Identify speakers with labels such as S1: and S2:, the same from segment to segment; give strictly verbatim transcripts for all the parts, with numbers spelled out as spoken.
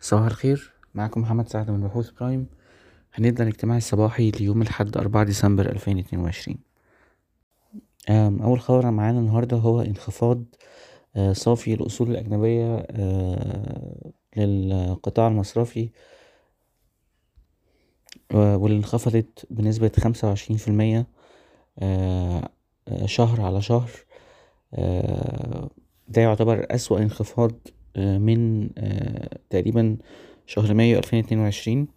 S1: صباح الخير، معكم محمد سعد من بحوث برايم. هنبدأ الاجتماع الصباحي ليوم الأحد أربعة ديسمبر ألفين واتنين وعشرين. أم، أول خبر معانا النهاردة هو انخفاض آه، صافي الأصول الأجنبية آه، للقطاع المصرفي، آه، واللي انخفضت بنسبة خمسة وعشرين في المية آه، آه، شهر على شهر. آه، ده يعتبر أسوأ انخفاض آه، من آه، تقريبا شهر مايو ألفين واتنين وعشرين.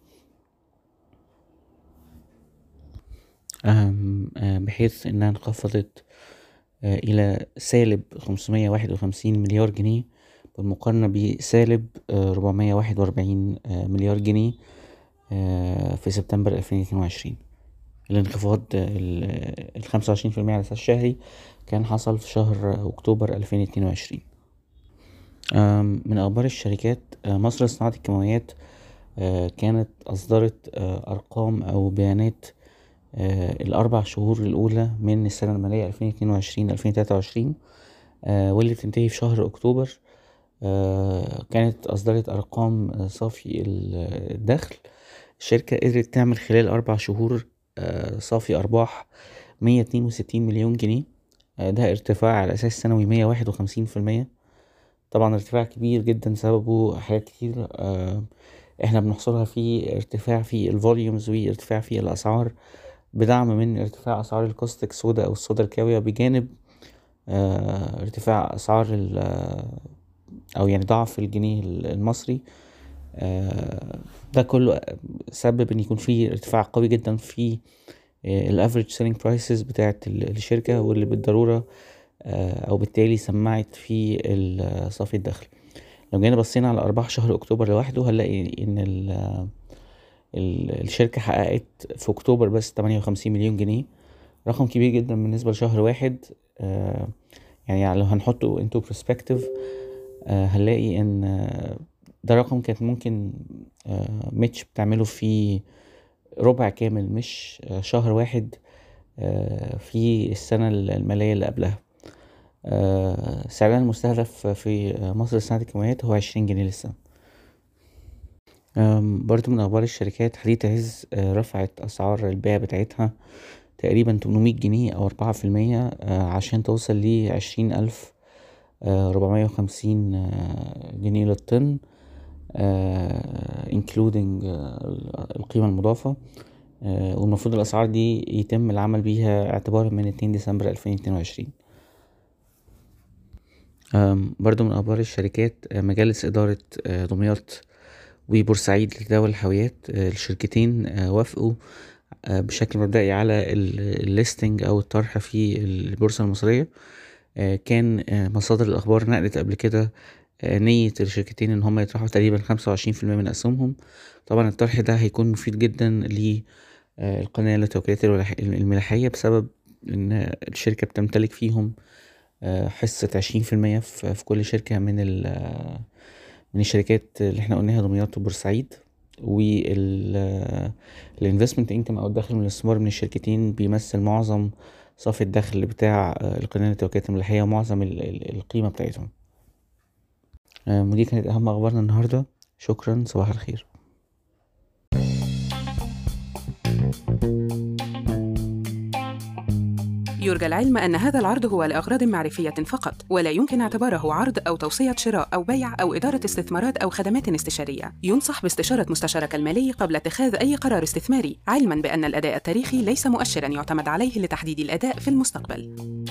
S1: أهم آه، بحيث إنها انخفضت آه، إلى سالب خمسمية واحد وخمسين مليار جنيه، بالمقارنة بسالب ربعمية واحد وأربعين آه، مليار جنيه آه، في سبتمبر ألفين واتنين وعشرين. الانخفاض الخمسة وعشرين في المية على أساس شهري كان حصل في شهر أكتوبر ألفين واتنين وعشرين. آم، من أخبار الشركات، آه، مصر لصناعة الكيماويات آه، كانت أصدرت آه، أرقام أو بيانات آه، الأربع شهور الأولى من السنة المالية ألفين واتنين وعشرين ألفين وتلاتة وعشرين، آه، واللي بتنتهي في شهر أكتوبر. آه، كانت أصدرت أرقام آه، صافي الدخل. الشركة قدرت تعمل خلال أربع شهور آه، صافي أرباح مية اتنين وستين مليون جنيه. آه، ده ارتفاع على أساس سنوي مية واحد وخمسين في المية. طبعا ارتفاع كبير جدا، سببه حاجات كتير آه، احنا بنحصرها في ارتفاع في الفوليومز وارتفاع في الأسعار، بدعم من ارتفاع أسعار الكوستيك صودا أو الصودا الكاوية، بجانب آه، ارتفاع أسعار ال- آه، أو يعني ضعف الجنيه المصري. آه، ده كله سبب إن يكون في ارتفاع قوي جدا في الافريج سيلينج برايسز بتاعت ال- الشركة، واللي بالضرورة آه، أو بالتالي سمعت في ال- صافي الدخل. لو جينا بصينا على أرباح شهر أكتوبر لوحده، هنلاقي إن ال ال الشركة حققت في أكتوبر بس تمانية وخمسين مليون جنيه، رقم كبير جدا بالنسبة لشهر واحد. آه يعني لو هنحطه into perspective آه هنلاقي ان آه ده رقم كانت ممكن آه ميتش بتعمله في ربع كامل، مش آه شهر واحد آه في السنة المالية اللي قبلها. آه سعرها المستهدف في مصر لصناعة الكيماويات هو عشرين جنيه للسنة. آم، برضو من أخبار الشركات، حديد عز آه رفعت أسعار البيع بتاعتها تقريبا تمنمية جنيه أو أربعة في المية آه عشان توصل لعشرين ألف ربعمية وخمسين آه، جنيه للطن، آه، including آه، القيمة المضافة. آه، والمفروض الأسعار دي يتم العمل بيها اعتبارا من اتنين ديسمبر ألفين واتنين وعشرين. آم، برضو من أخبار الشركات، آه، مجالس إدارة آه، دمياط وبورسعيد لتداول الحاويات، آه، الشركتين آه، وافقوا آه، بشكل مبدئي على الليستنج أو الطرح في البورصة المصرية. آه، كان آه، مصادر الأخبار نقلت قبل كده آه، نية الشركتين إن هما يطرحوا تقريبا خمسة وعشرين في المية من أسهمهم. طبعا الطرح ده هيكون مفيد جدا للقناة للتوكيلات الولاح- الملاحية، بسبب إن الشركة بتمتلك فيهم آه، حصة عشرين في المية في في كل شركة من ال آه، من الشركات اللي احنا قلناها، دمياط وبورسعيد. والانفستمنت انكم او الدخل من الاستثمار من الشركتين بيمثل معظم صافي الدخل بتاع آه، القناة للتوكيلات الملاحية، ومعظم ال- ال- القيمة بتاعتهم. آه، ودي كانت أهم أخبارنا النهاردة. شكرا، صباح الخير.
S2: يرجى العلم أن هذا العرض هو لأغراض معرفية فقط، ولا يمكن اعتباره عرض أو توصية شراء أو بيع أو إدارة استثمارات أو خدمات استشارية. ينصح باستشارة مستشارك المالي قبل اتخاذ أي قرار استثماري، علماً بأن الأداء التاريخي ليس مؤشراً يعتمد عليه لتحديد الأداء في المستقبل.